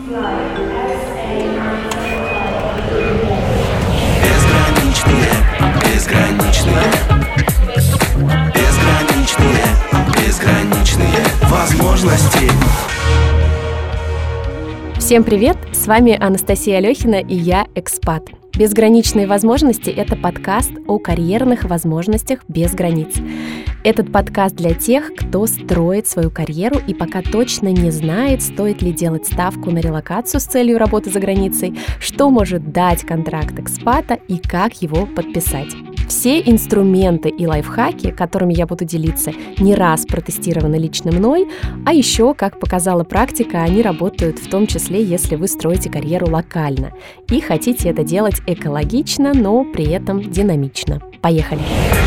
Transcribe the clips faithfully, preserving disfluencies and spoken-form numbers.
Безграничные, безграничные, безграничные, безграничные возможности. Всем привет! С вами Анастасия Алехина и я Экспат. «Безграничные возможности» — это подкаст о карьерных возможностях без границ. Этот подкаст для тех, кто строит свою карьеру и пока точно не знает, стоит ли делать ставку на релокацию с целью работы за границей, что может дать контракт экспата и как его подписать. Все инструменты и лайфхаки, которыми я буду делиться, не раз протестированы лично мной, а еще, как показала практика, они работают в том числе, если вы строите карьеру локально и хотите это делать экологично, но при этом динамично. Поехали!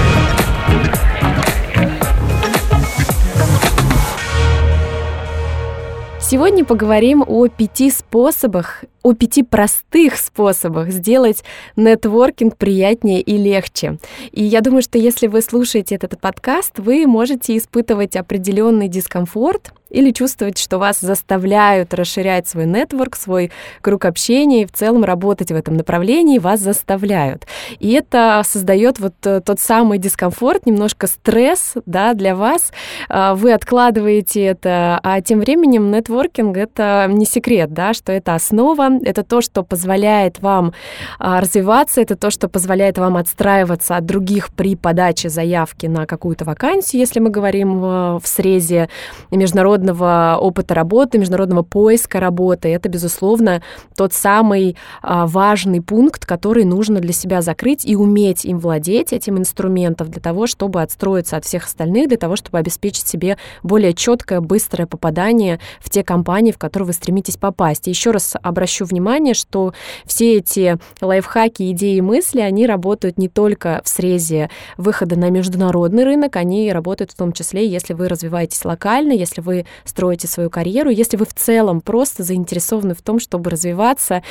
Сегодня поговорим о пяти способах, о пяти простых способах сделать нетворкинг приятнее и легче. И я думаю, что если вы слушаете этот подкаст, вы можете испытывать определенный дискомфорт или чувствовать, что вас заставляют расширять свой нетворк, свой круг общения и в целом работать в этом направлении вас заставляют. И это создает вот тот самый дискомфорт, немножко стресс, да, для вас. Вы откладываете это, а тем временем нетворкинг — это не секрет, да, что это основа, это то, что позволяет вам развиваться, это то, что позволяет вам отстраиваться от других при подаче заявки на какую-то вакансию, если мы говорим в срезе международного опыта работы, международного поиска работы. Это, безусловно, тот самый важный пункт, который нужно для себя закрыть и уметь им владеть, этим инструментом, для того, чтобы отстроиться от всех остальных, для того, чтобы обеспечить себе более четкое, быстрое попадание в те компании, в которые вы стремитесь попасть. И еще раз обращу внимание, что все эти лайфхаки, идеи и мысли, они работают не только в срезе выхода на международный рынок, они работают в том числе, если вы развиваетесь локально, если вы строите свою карьеру, если вы в целом просто заинтересованы в том, чтобы развиваться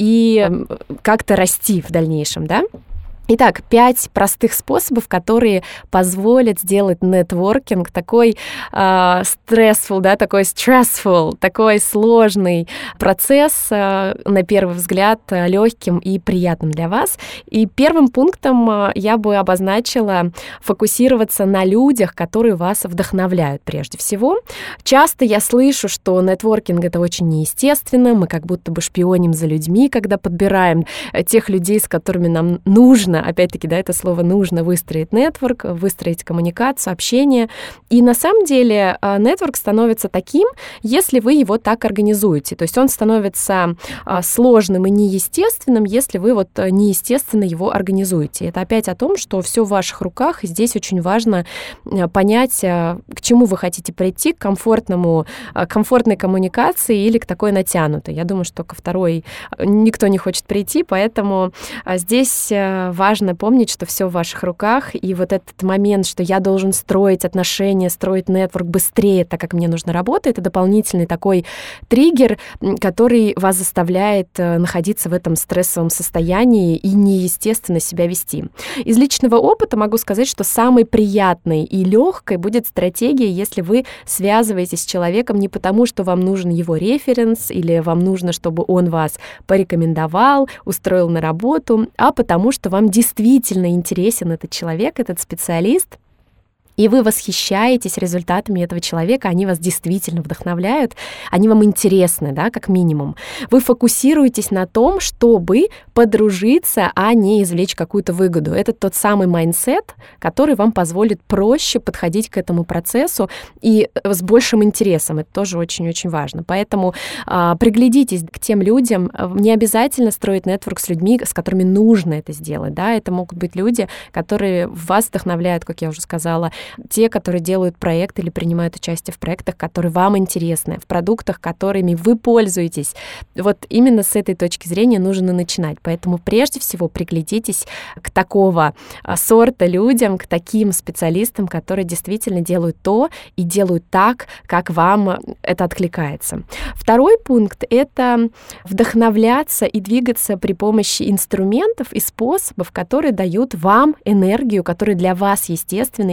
и как-то расти в дальнейшем, да? Итак, пять простых способов, которые позволят сделать нетворкинг такой э, stressful, да, такой stressful, такой сложный процесс, э, на первый взгляд, легким и приятным для вас. И первым пунктом э, я бы обозначила фокусироваться на людях, которые вас вдохновляют прежде всего. Часто я слышу, что нетворкинг — это очень неестественно, мы как будто бы шпионим за людьми, когда подбираем тех людей, с которыми нам нужно, опять-таки, да, это слово «нужно» выстроить нетворк, выстроить коммуникацию, общение. И на самом деле нетворк становится таким, если вы его так организуете. То есть он становится сложным и неестественным, если вы вот неестественно его организуете. Это опять о том, что все в ваших руках, и здесь очень важно понять, к чему вы хотите прийти, к комфортному, комфортной коммуникации или к такой натянутой. Я думаю, что ко второй никто не хочет прийти, поэтому здесь важно Важно помнить, что все в ваших руках, и вот этот момент, что я должен строить отношения, строить нетворк быстрее, так как мне нужно работать, это дополнительный такой триггер, который вас заставляет находиться в этом стрессовом состоянии и неестественно себя вести. Из личного опыта могу сказать, что самой приятной и легкой будет стратегия, если вы связываетесь с человеком не потому, что вам нужен его референс или вам нужно, чтобы он вас порекомендовал, устроил на работу, а потому что вам действительно интересен этот человек, этот специалист, и вы восхищаетесь результатами этого человека, они вас действительно вдохновляют, они вам интересны, да, как минимум. Вы фокусируетесь на том, чтобы подружиться, а не извлечь какую-то выгоду. Это тот самый майндсет, который вам позволит проще подходить к этому процессу и с большим интересом. Это тоже очень-очень важно. Поэтому а, приглядитесь к тем людям. Не обязательно строить нетворк с людьми, с которыми нужно это сделать. Да? Это могут быть люди, которые вас вдохновляют, как я уже сказала, те, которые делают проект или принимают участие в проектах, которые вам интересны, в продуктах, которыми вы пользуетесь. Вот именно с этой точки зрения нужно начинать. Поэтому прежде всего приглядитесь к такого сорта людям, к таким специалистам, которые действительно делают то и делают так, как вам это откликается. Второй пункт — это вдохновляться и двигаться при помощи инструментов и способов, которые дают вам энергию, которые для вас естественны и не вызывают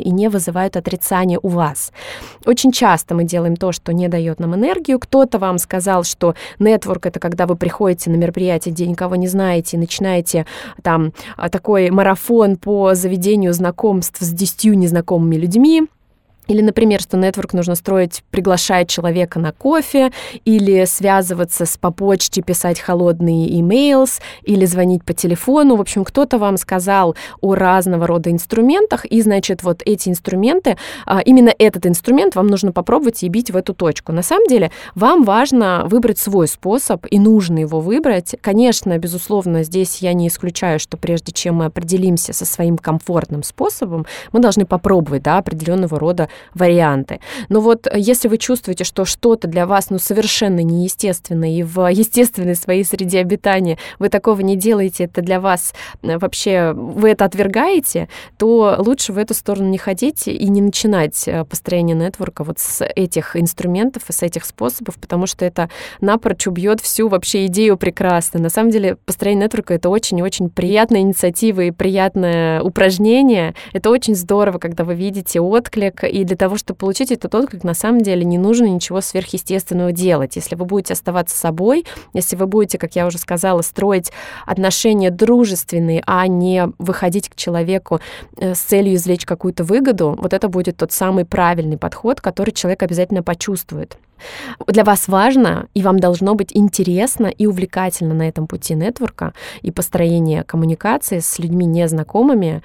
вызывают отрицание у вас. Очень часто мы делаем то, что не дает нам энергию. Кто-то вам сказал, что нетворк — это когда вы приходите на мероприятие, где никого не знаете, и начинаете там такой марафон по заведению знакомств с десятью незнакомыми людьми. Или, например, что нетворк нужно строить, приглашая человека на кофе, или связываться с, по почте, писать холодные имейлс, или звонить по телефону. В общем, кто-то вам сказал о разного рода инструментах, и, значит, вот эти инструменты, именно этот инструмент вам нужно попробовать и бить в эту точку. На самом деле, вам важно выбрать свой способ, и нужно его выбрать. Конечно, безусловно, здесь я не исключаю, что прежде чем мы определимся со своим комфортным способом, мы должны попробовать, да, определенного рода варианты. Но вот если вы чувствуете, что что-то для вас ну, совершенно неестественно, и в естественной своей среде обитания вы такого не делаете, это для вас вообще, вы это отвергаете, то лучше в эту сторону не ходить и не начинать построение нетворка вот с этих инструментов и с этих способов, потому что это напрочь убьет всю вообще идею прекрасно. На самом деле построение нетворка — это очень-очень приятная инициатива и приятное упражнение. Это очень здорово, когда вы видите отклик, и для того, чтобы получить этот отклик, на самом деле не нужно ничего сверхъестественного делать. Если вы будете оставаться собой, если вы будете, как я уже сказала, строить отношения дружественные, а не выходить к человеку с целью извлечь какую-то выгоду, вот это будет тот самый правильный подход, который человек обязательно почувствует. Для вас важно, и вам должно быть интересно и увлекательно на этом пути нетворка и построения коммуникации с людьми незнакомыми.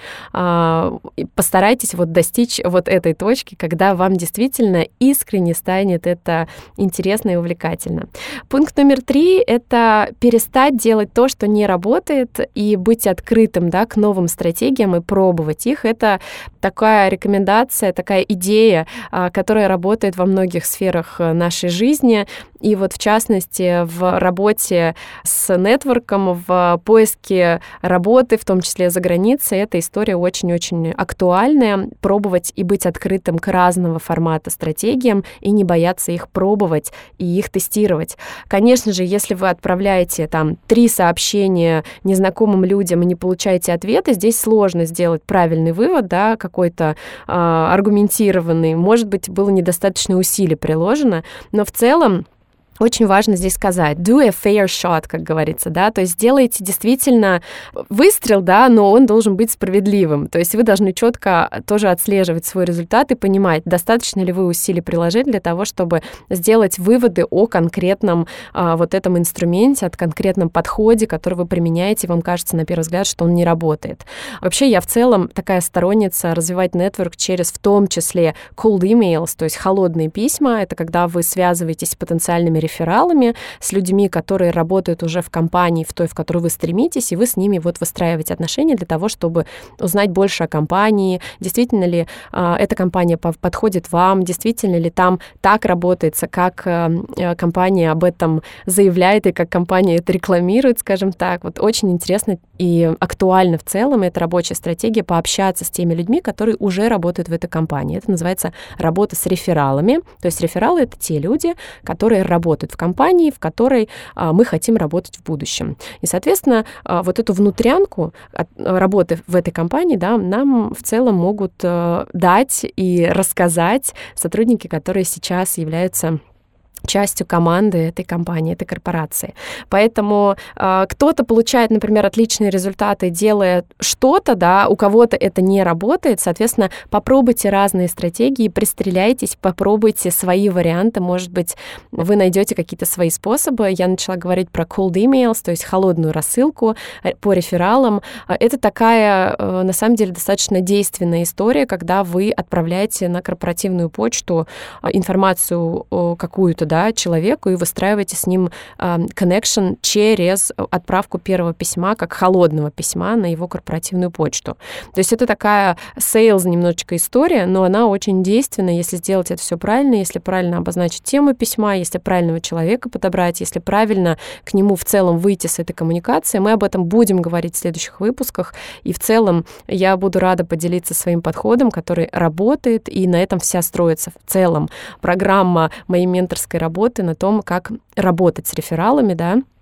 Постарайтесь вот достичь вот этой точки, когда вам действительно искренне станет это интересно и увлекательно. Пункт номер три — это перестать делать то, что не работает, и быть открытым, да, к новым стратегиям и пробовать их. Это такая рекомендация, такая идея, которая работает во многих сферах нашей жизни. И вот в частности в работе с нетворком, в поиске работы, в том числе за границей, эта история очень-очень актуальная. Пробовать и быть открытым к разного формата стратегиям и не бояться их пробовать и их тестировать. Конечно же, если вы отправляете там три сообщения незнакомым людям и не получаете ответа, здесь сложно сделать правильный вывод, да, какой-то э, аргументированный. Может быть, было недостаточно усилий приложено, но в целом очень важно здесь сказать do a fair shot, как говорится, да, то есть сделайте действительно выстрел, да, но он должен быть справедливым, то есть вы должны четко тоже отслеживать свой результат и понимать, достаточно ли вы усилий приложить для того, чтобы сделать выводы о конкретном а, вот этом инструменте, о конкретном подходе, который вы применяете, и вам кажется на первый взгляд, что он не работает. Вообще я в целом такая сторонница развивать нетворк через в том числе cold emails, то есть холодные письма, это когда вы связываетесь с потенциальными референтами, рефералами, с людьми, которые работают уже в компании, в той, в которую вы стремитесь, и вы с ними вот выстраиваете отношения для того, чтобы узнать больше о компании, действительно ли э, эта компания подходит вам, действительно ли там так работается, как э, компания об этом заявляет и как компания это рекламирует, скажем так. Вот очень интересно и актуально в целом эта рабочая стратегия пообщаться с теми людьми, которые уже работают в этой компании. Это называется работа с рефералами. То есть рефералы — это те люди, которые работают в компании, в которой а, мы хотим работать в будущем. И, соответственно, а, вот эту внутрянку от, работы в этой компании, да, нам в целом могут а, дать и рассказать сотрудники, которые сейчас являются частью команды этой компании, этой корпорации. Поэтому э, кто-то получает, например, отличные результаты, делая что-то, да, у кого-то это не работает, соответственно, попробуйте разные стратегии, пристреляйтесь, попробуйте свои варианты, может быть, вы найдете какие-то свои способы. Я начала говорить про cold emails, то есть холодную рассылку по рефералам. Это такая, э, на самом деле, достаточно действенная история, когда вы отправляете на корпоративную почту информацию э, какую-то, да, человеку и выстраиваете с ним connection через отправку первого письма, как холодного письма на его корпоративную почту. То есть это такая sales немножечко история, но она очень действенная, если сделать это все правильно, если правильно обозначить тему письма, если правильного человека подобрать, если правильно к нему в целом выйти с этой коммуникацией. Мы об этом будем говорить в следующих выпусках, и в целом я буду рада поделиться своим подходом, который работает, и на этом вся строится в целом программа моей менторской работы на том, как работать с рефералами, да,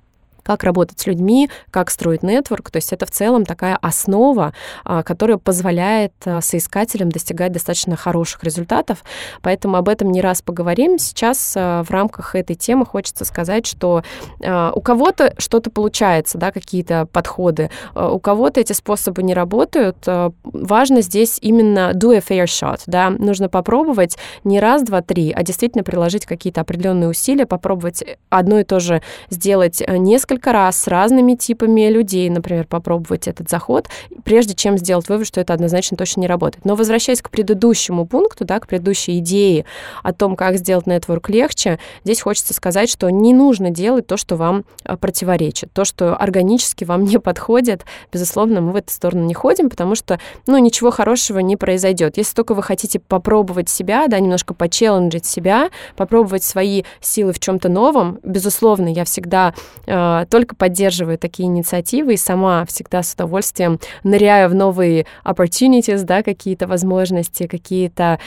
как работать с людьми, как строить нетворк. То есть это в целом такая основа, которая позволяет соискателям достигать достаточно хороших результатов. Поэтому об этом не раз поговорим. Сейчас в рамках этой темы хочется сказать, что у кого-то что-то получается, да, какие-то подходы, у кого-то эти способы не работают. Важно здесь именно do a fair shot. Да? Нужно попробовать не раз, два, три, а действительно приложить какие-то определенные усилия, попробовать одно и то же сделать несколько раз с разными типами людей, например, попробовать этот заход, прежде чем сделать вывод, что это однозначно точно не работает. Но возвращаясь к предыдущему пункту, да, к предыдущей идее о том, как сделать нетворк легче, здесь хочется сказать, что не нужно делать то, что вам противоречит, то, что органически вам не подходит. Безусловно, мы в эту сторону не ходим, потому что, ну, ничего хорошего не произойдет. Если только вы хотите попробовать себя, да, немножко почелленджить себя, попробовать свои силы в чем-то новом, безусловно, я всегда э, только поддерживаю такие инициативы и сама всегда с удовольствием ныряю в новые opportunities, да, какие-то возможности, какие-то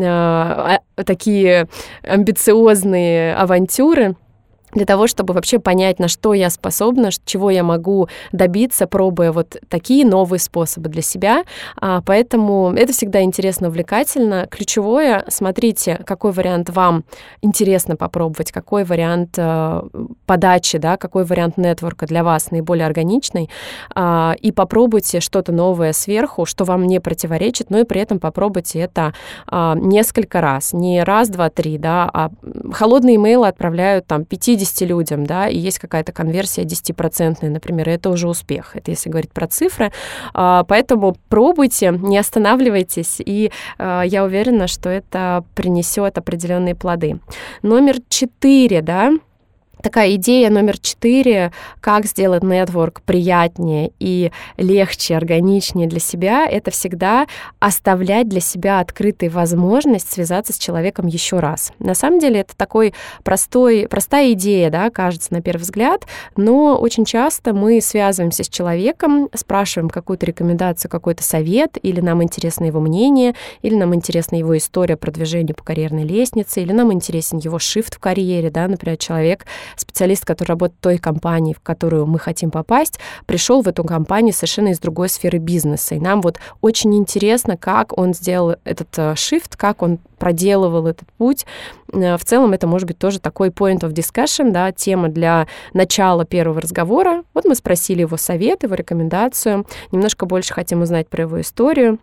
э, такие амбициозные авантюры, для того, чтобы вообще понять, на что я способна, чего я могу добиться, пробуя вот такие новые способы для себя. Поэтому это всегда интересно, увлекательно. Ключевое, смотрите, какой вариант вам интересно попробовать, какой вариант подачи, да, какой вариант нетворка для вас наиболее органичный, и попробуйте что-то новое сверху, что вам не противоречит, но и при этом попробуйте это несколько раз. Не раз, два, три, да, а холодные имейлы отправляют там пятьдесят людям, да, и есть какая-то конверсия десятипроцентная, например, это уже успех, это если говорить про цифры. Поэтому пробуйте, не останавливайтесь, и я уверена, что это принесет определенные плоды. Номер четыре, да, такая идея номер четыре, как сделать нетворк приятнее и легче, органичнее для себя, это всегда оставлять для себя открытой возможность связаться с человеком еще раз. На самом деле это такой простой, простая идея, да, кажется на первый взгляд, но очень часто мы связываемся с человеком, спрашиваем какую-то рекомендацию, какой-то совет, или нам интересно его мнение, или нам интересна его история продвижения по карьерной лестнице, или нам интересен его шифт в карьере, да, например, человек, специалист, который работает в той компании, в которую мы хотим попасть, пришел в эту компанию совершенно из другой сферы бизнеса. И нам вот очень интересно, как он сделал этот шифт, как он проделывал этот путь. В целом это может быть тоже такой point of discussion, да, тема для начала первого разговора. Вот мы спросили его совет, его рекомендацию, немножко больше хотим узнать про его историю.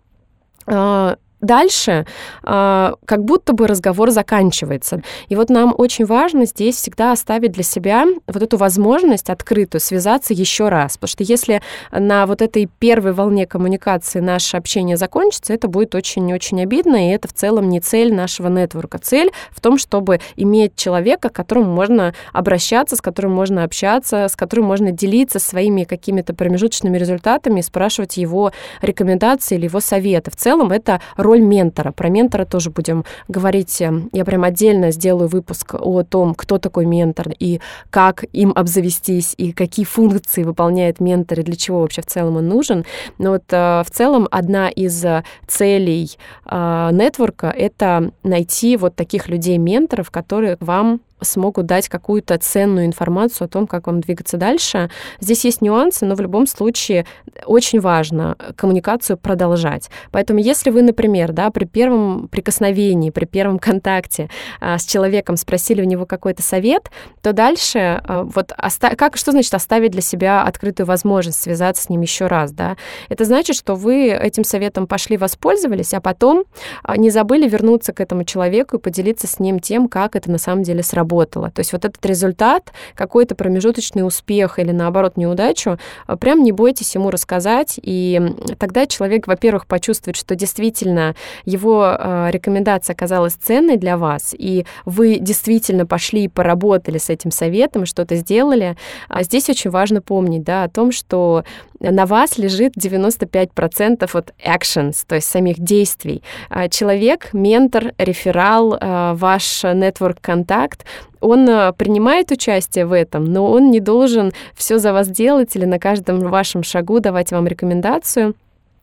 Дальше э, как будто бы разговор заканчивается. И вот нам очень важно здесь всегда оставить для себя вот эту возможность открытую связаться еще раз. Потому что если на вот этой первой волне коммуникации наше общение закончится, это будет очень-очень обидно, и это в целом не цель нашего нетворка. Цель в том, чтобы иметь человека, к которому можно обращаться, с которым можно общаться, с которым можно делиться своими какими-то промежуточными результатами, спрашивать его рекомендации или его советы. В целом это роль ментора. Про ментора тоже будем говорить. Я прям отдельно сделаю выпуск о том, кто такой ментор и как им обзавестись, и какие функции выполняет ментор, и для чего вообще в целом он нужен. Но вот в целом одна из целей нетворка — это найти вот таких людей-менторов, которые вам смогут дать какую-то ценную информацию о том, как вам двигаться дальше. Здесь есть нюансы, но в любом случае очень важно коммуникацию продолжать. Поэтому если вы, например, да, при первом прикосновении, при первом контакте а, с человеком спросили у него какой-то совет, то дальше а, вот оста- как, что значит оставить для себя открытую возможность связаться с ним еще раз, да? Это значит, что вы этим советом пошли, воспользовались, а потом а, не забыли вернуться к этому человеку и поделиться с ним тем, как это на самом деле сработало. То есть вот этот результат, какой-то промежуточный успех или, наоборот, неудачу, прям не бойтесь ему рассказать, и тогда человек, во-первых, почувствует, что действительно его рекомендация оказалась ценной для вас, и вы действительно пошли и поработали с этим советом, что-то сделали. А здесь очень важно помнить, да, о том, что на вас лежит девяносто пять процентов от actions, то есть самих действий. Человек, ментор, реферал, ваш network-контакт, он принимает участие в этом, но он не должен все за вас делать или на каждом вашем шагу давать вам рекомендацию.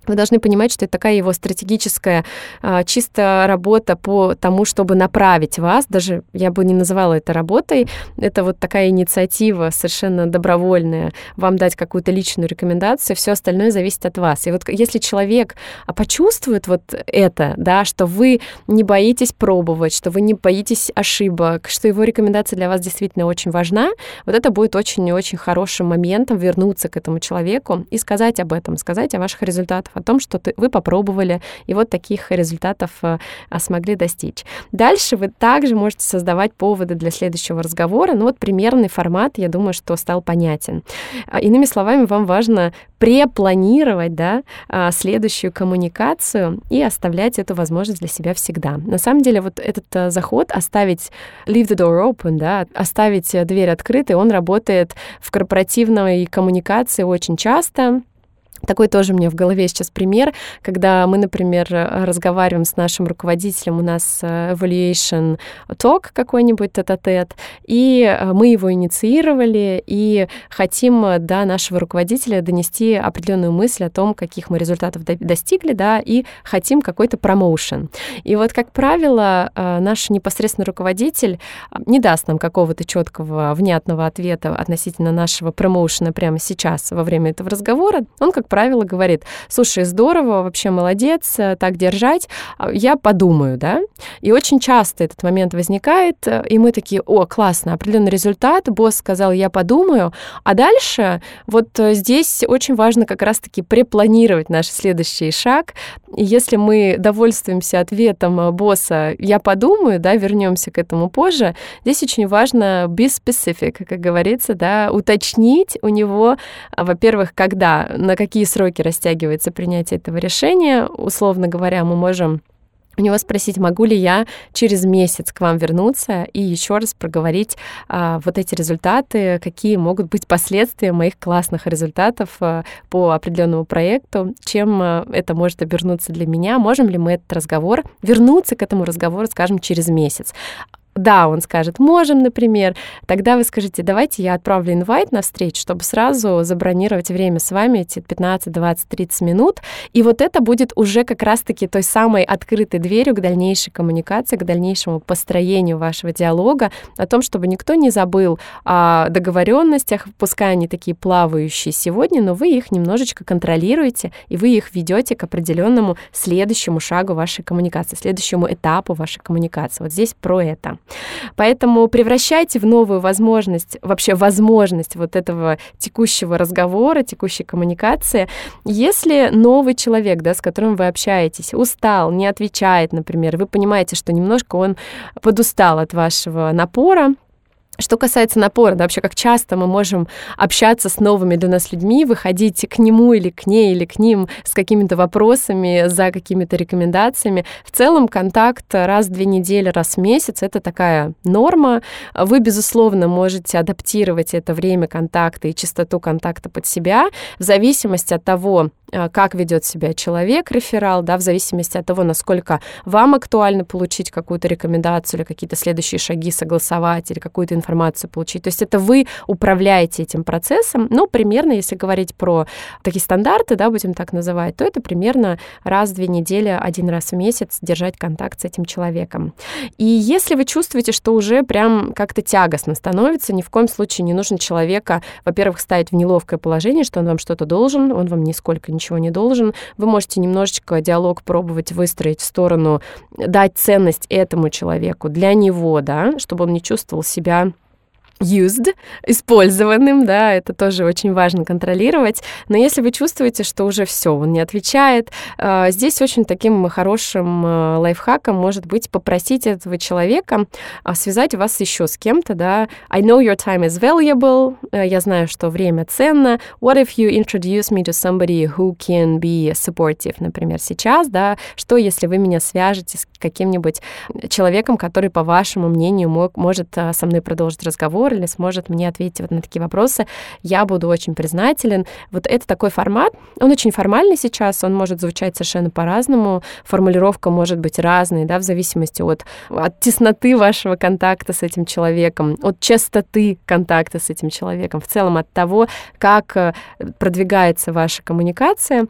Вы должны понимать, что это такая его стратегическая чисто работа по тому, чтобы направить вас. Даже я бы не называла это работой. Это вот такая инициатива совершенно добровольная. Вам дать какую-то личную рекомендацию. Все остальное зависит от вас. И вот если человек почувствует вот это, да, что вы не боитесь пробовать, что вы не боитесь ошибок, что его рекомендация для вас действительно очень важна, вот это будет очень-очень хорошим моментом вернуться к этому человеку и сказать об этом, сказать о ваших результатах, о том, что ты, вы попробовали, и вот таких результатов а, смогли достичь. Дальше вы также можете создавать поводы для следующего разговора. Ну вот примерный формат, я думаю, что стал понятен. Иными словами, вам важно препланировать, да, следующую коммуникацию и оставлять эту возможность для себя всегда. На самом деле вот этот заход оставить leave the door open, да, оставить дверь открытой, он работает в корпоративной коммуникации очень часто. Такой тоже мне в голове сейчас пример, когда мы, например, разговариваем с нашим руководителем, у нас evaluation talk какой-нибудь тет-а-тет, и мы его инициировали, и хотим до нашего руководителя донести определенную мысль о том, каких мы результатов достигли, да, и хотим какой-то промоушен. И вот, как правило, наш непосредственный руководитель не даст нам какого-то четкого, внятного ответа относительно нашего промоушена прямо сейчас, во время этого разговора. Он, как правило, говорит: слушай, здорово, вообще молодец, так держать, я подумаю, да. И очень часто этот момент возникает, и мы такие: о, классно, определенный результат, босс сказал, я подумаю, а дальше вот здесь очень важно как раз-таки препланировать наш следующий шаг. И если мы довольствуемся ответом босса «я подумаю», да, вернемся к этому позже, здесь очень важно be specific, как говорится, да, уточнить у него, во-первых, когда, на какие сроки растягивается принятие этого решения. Условно говоря, мы можем у него спросить, могу ли я через месяц к вам вернуться и еще раз проговорить а, вот эти результаты, какие могут быть последствия моих классных результатов а, по определенному проекту, чем а, это может обернуться для меня, можем ли мы этот разговор, вернуться к этому разговору, скажем, через месяц. Да, он скажет, можем, например. Тогда вы скажите, давайте я отправлю инвайт на встречу, чтобы сразу забронировать время с вами, эти пятнадцать, двадцать, тридцать минут. И вот это будет уже как раз-таки той самой открытой дверью к дальнейшей коммуникации, к дальнейшему построению вашего диалога, о том, чтобы никто не забыл о договоренностях, пускай они такие плавающие сегодня, но вы их немножечко контролируете, и вы их ведете к определенному следующему шагу вашей коммуникации, следующему этапу вашей коммуникации. Вот здесь про это. Поэтому превращайте в новую возможность, вообще возможность вот этого текущего разговора, текущей коммуникации. Если новый человек, да, с которым вы общаетесь, устал, не отвечает, например, вы понимаете, что немножко он подустал от вашего напора. Что касается напора, да, вообще, как часто мы можем общаться с новыми для нас людьми, выходить к нему или к ней, или к ним с какими-то вопросами, за какими-то рекомендациями. В целом контакт раз в две недели, раз в месяц — это такая норма. Вы, безусловно, можете адаптировать это время контакта и частоту контакта под себя в зависимости от того, как ведет себя человек-реферал, да, в зависимости от того, насколько вам актуально получить какую-то рекомендацию или какие-то следующие шаги согласовать или какую-то информацию получить. То есть это вы управляете этим процессом, но примерно, если говорить про такие стандарты, да, будем так называть, то это примерно раз в две недели, один раз в месяц держать контакт с этим человеком. И если вы чувствуете, что уже прям как-то тягостно становится, ни в коем случае не нужно человека, во-первых, ставить в неловкое положение, что он вам что-то должен, он вам нисколько не ничего не должен. Вы можете немножечко диалог пробовать выстроить в сторону, дать ценность этому человеку для него, да, чтобы он не чувствовал себя used, использованным, да, это тоже очень важно контролировать. Но если вы чувствуете, что уже все, он не отвечает, здесь очень таким хорошим лайфхаком может быть попросить этого человека связать вас еще с кем-то, да. I know your time is valuable. Я знаю, что время ценно. What if you introduce me to somebody who can be supportive, например, сейчас, да. Что, если вы меня свяжете с каким-нибудь человеком, который, по вашему мнению, мог, может со мной продолжить разговор или сможет мне ответить вот на такие вопросы, я буду очень признателен. Вот это такой формат, он очень формальный сейчас, он может звучать совершенно по-разному, формулировка может быть разной, да, в зависимости от, от тесноты вашего контакта с этим человеком, от частоты контакта с этим человеком, в целом от того, как продвигается ваша коммуникация.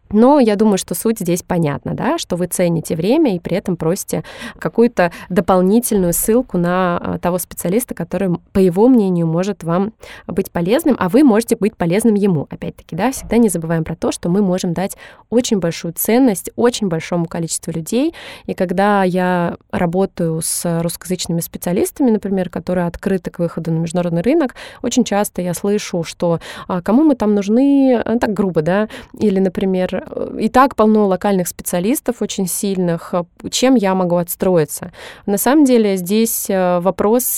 Но я думаю, что суть здесь понятна, да, что вы цените время и при этом просите какую-то дополнительную ссылку на того специалиста, который, по его мнению, может вам быть полезным, а вы можете быть полезным ему. Опять-таки, да, всегда не забываем про то, что мы можем дать очень большую ценность очень большому количеству людей. И когда я работаю с русскоязычными специалистами, например, которые открыты к выходу на международный рынок, очень часто я слышу, что кому мы там нужны, так грубо, да, или, например, и так полно локальных специалистов очень сильных, чем я могу отстроиться. На самом деле здесь вопрос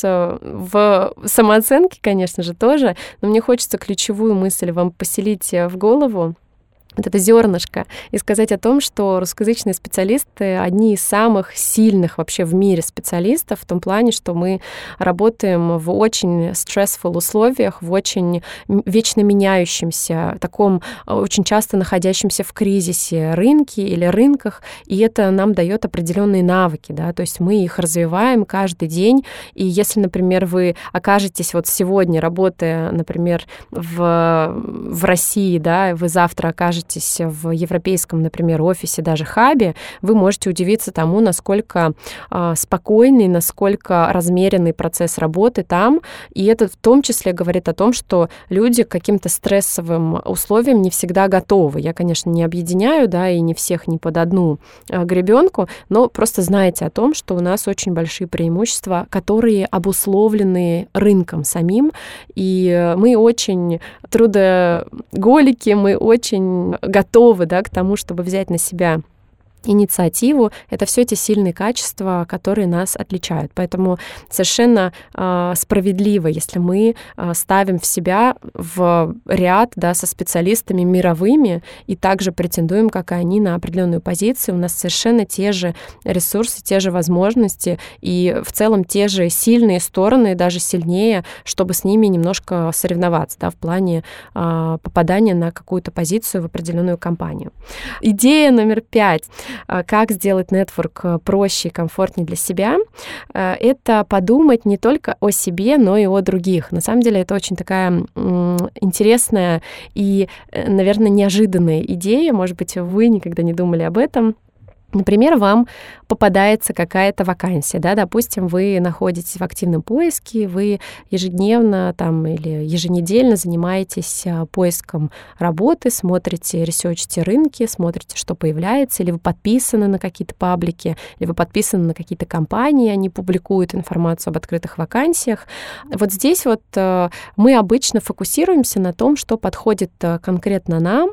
в самооценке, конечно же, тоже, но мне хочется ключевую мысль вам поселить в голову, вот это зернышко, и сказать о том, что русскоязычные специалисты одни из самых сильных вообще в мире специалистов, в том плане, что мы работаем в очень stressful условиях, в очень вечно меняющемся, таком очень часто находящемся в кризисе рынке или рынках, и это нам дает определенные навыки, да, то есть мы их развиваем каждый день, и если, например, вы окажетесь вот сегодня, работая, например, в, в России, да, вы завтра окажетесь в европейском, например, офисе, даже хабе, вы можете удивиться тому, насколько э, спокойный, насколько размеренный процесс работы там. И это в том числе говорит о том, что люди к каким-то стрессовым условиям не всегда готовы. Я, конечно, не объединяю, да, и не всех не под одну э, гребенку, но просто знайте о том, что у нас очень большие преимущества, которые обусловлены рынком самим. И мы очень трудоголики, мы очень готовы, да, к тому, чтобы взять на себя инициативу. Это все те сильные качества, которые нас отличают. Поэтому совершенно э, справедливо, если мы э, ставим в себя в ряд, да, со специалистами мировыми и также претендуем, как и они, на определенную позицию. У нас совершенно те же ресурсы, те же возможности и в целом те же сильные стороны, даже сильнее, чтобы с ними немножко соревноваться, да, в плане э, попадания на какую-то позицию в определенную компанию. Идея номер пять. Как сделать нетворк проще и комфортнее для себя, это подумать не только о себе, но и о других. На самом деле это очень такая интересная и, наверное, неожиданная идея. Может быть, вы никогда не думали об этом. Например, вам попадается какая-то вакансия, да, допустим, вы находитесь в активном поиске, вы ежедневно там, или еженедельно занимаетесь поиском работы, смотрите, ресерчите рынки, смотрите, что появляется, или вы подписаны на какие-то паблики, или вы подписаны на какие-то компании, они публикуют информацию об открытых вакансиях. Вот здесь вот мы обычно фокусируемся на том, что подходит конкретно нам,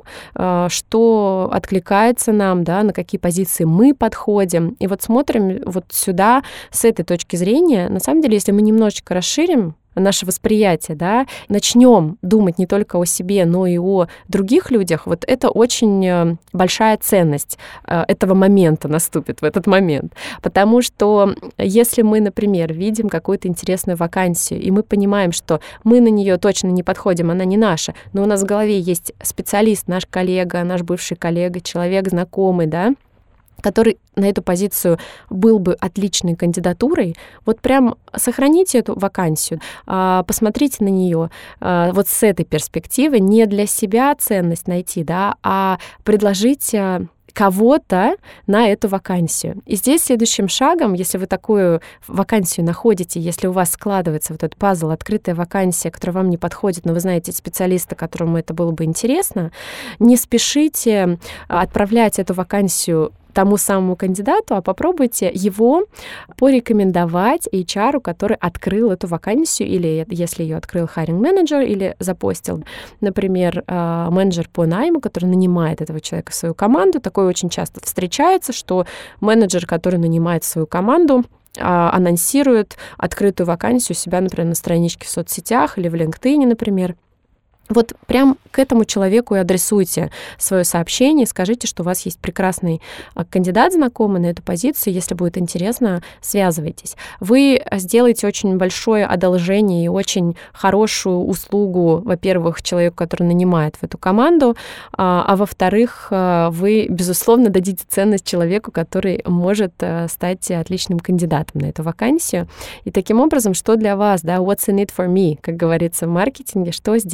что откликается нам, да, на какие позиции мы подходим. И вот смотрим вот сюда с этой точки зрения. На самом деле, если мы немножечко расширим наше восприятие, да, начнем думать не только о себе, но и о других людях, вот это очень большая ценность этого момента наступит в этот момент. Потому что если мы, например, видим какую-то интересную вакансию, и мы понимаем, что мы на нее точно не подходим, она не наша, но у нас в голове есть специалист, наш коллега, наш бывший коллега, человек знакомый, да, который на эту позицию был бы отличной кандидатурой, вот прям сохраните эту вакансию, посмотрите на нее вот с этой перспективы, не для себя ценность найти, да, а предложить кого-то на эту вакансию. И здесь следующим шагом, если вы такую вакансию находите, если у вас складывается вот этот пазл, открытая вакансия, которая вам не подходит, но вы знаете специалиста, которому это было бы интересно, не спешите отправлять эту вакансию тому самому кандидату, а попробуйте его порекомендовать эйч ар, который открыл эту вакансию, или если ее открыл hiring manager, или запостил, например, менеджер по найму, который нанимает этого человека в свою команду. Такое очень часто встречается, что менеджер, который нанимает свою команду, анонсирует открытую вакансию у себя, например, на страничке в соцсетях или в LinkedIn, например. Вот прям к этому человеку и адресуйте свое сообщение, скажите, что у вас есть прекрасный кандидат знакомый на эту позицию, если будет интересно, связывайтесь. Вы сделаете очень большое одолжение и очень хорошую услугу, во-первых, человеку, который нанимает в эту команду, а, а во-вторых, вы, безусловно, дадите ценность человеку, который может стать отличным кандидатом на эту вакансию. И таким образом, что для вас, да, what's in it for me, как говорится в маркетинге, что здесь для меня,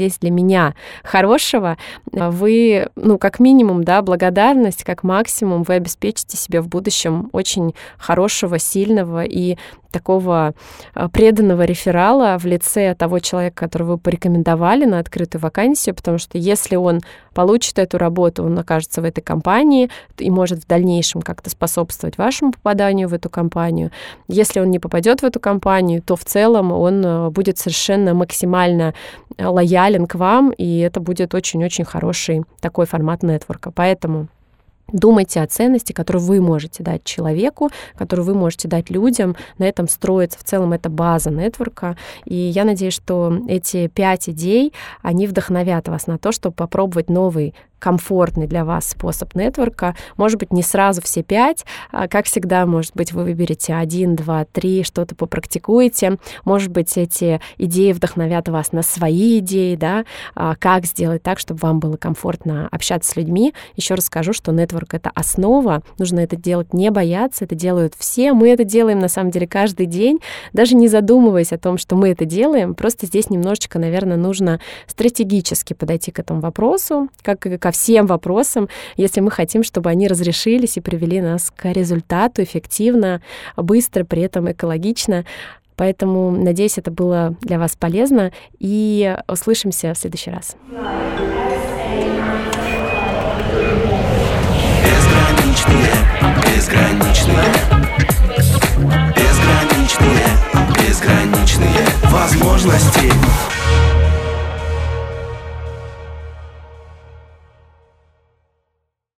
дня хорошего, вы, ну, как минимум, да, благодарность, как максимум вы обеспечите себе в будущем очень хорошего, сильного и такого преданного реферала в лице того человека, которого вы порекомендовали на открытую вакансию, потому что если он получит эту работу, он окажется в этой компании и может в дальнейшем как-то способствовать вашему попаданию в эту компанию. Если он не попадет в эту компанию, то в целом он будет совершенно максимально лоялен к вам, и это будет очень-очень хороший такой формат нетворка. Поэтому думайте о ценности, которую вы можете дать человеку, которую вы можете дать людям. На этом строится в целом эта база нетворка. И я надеюсь, что эти пять идей, они вдохновят вас на то, чтобы попробовать новый комфортный для вас способ нетворка. Может быть, не сразу все пять. Как всегда, может быть, вы выберете один, два, три, что-то попрактикуете. Может быть, эти идеи вдохновят вас на свои идеи, да, как сделать так, чтобы вам было комфортно общаться с людьми. Еще раз скажу, что нетворк — это основа. Нужно это делать, не бояться. Это делают все. Мы это делаем, на самом деле, каждый день, даже не задумываясь о том, что мы это делаем. Просто здесь немножечко, наверное, нужно стратегически подойти к этому вопросу, как и ко всем вопросам, если мы хотим, чтобы они разрешились и привели нас к результату эффективно, быстро, при этом экологично. Поэтому, надеюсь, это было для вас полезно, и услышимся в следующий раз. Безграничные, безграничные, безграничные, безграничные возможности.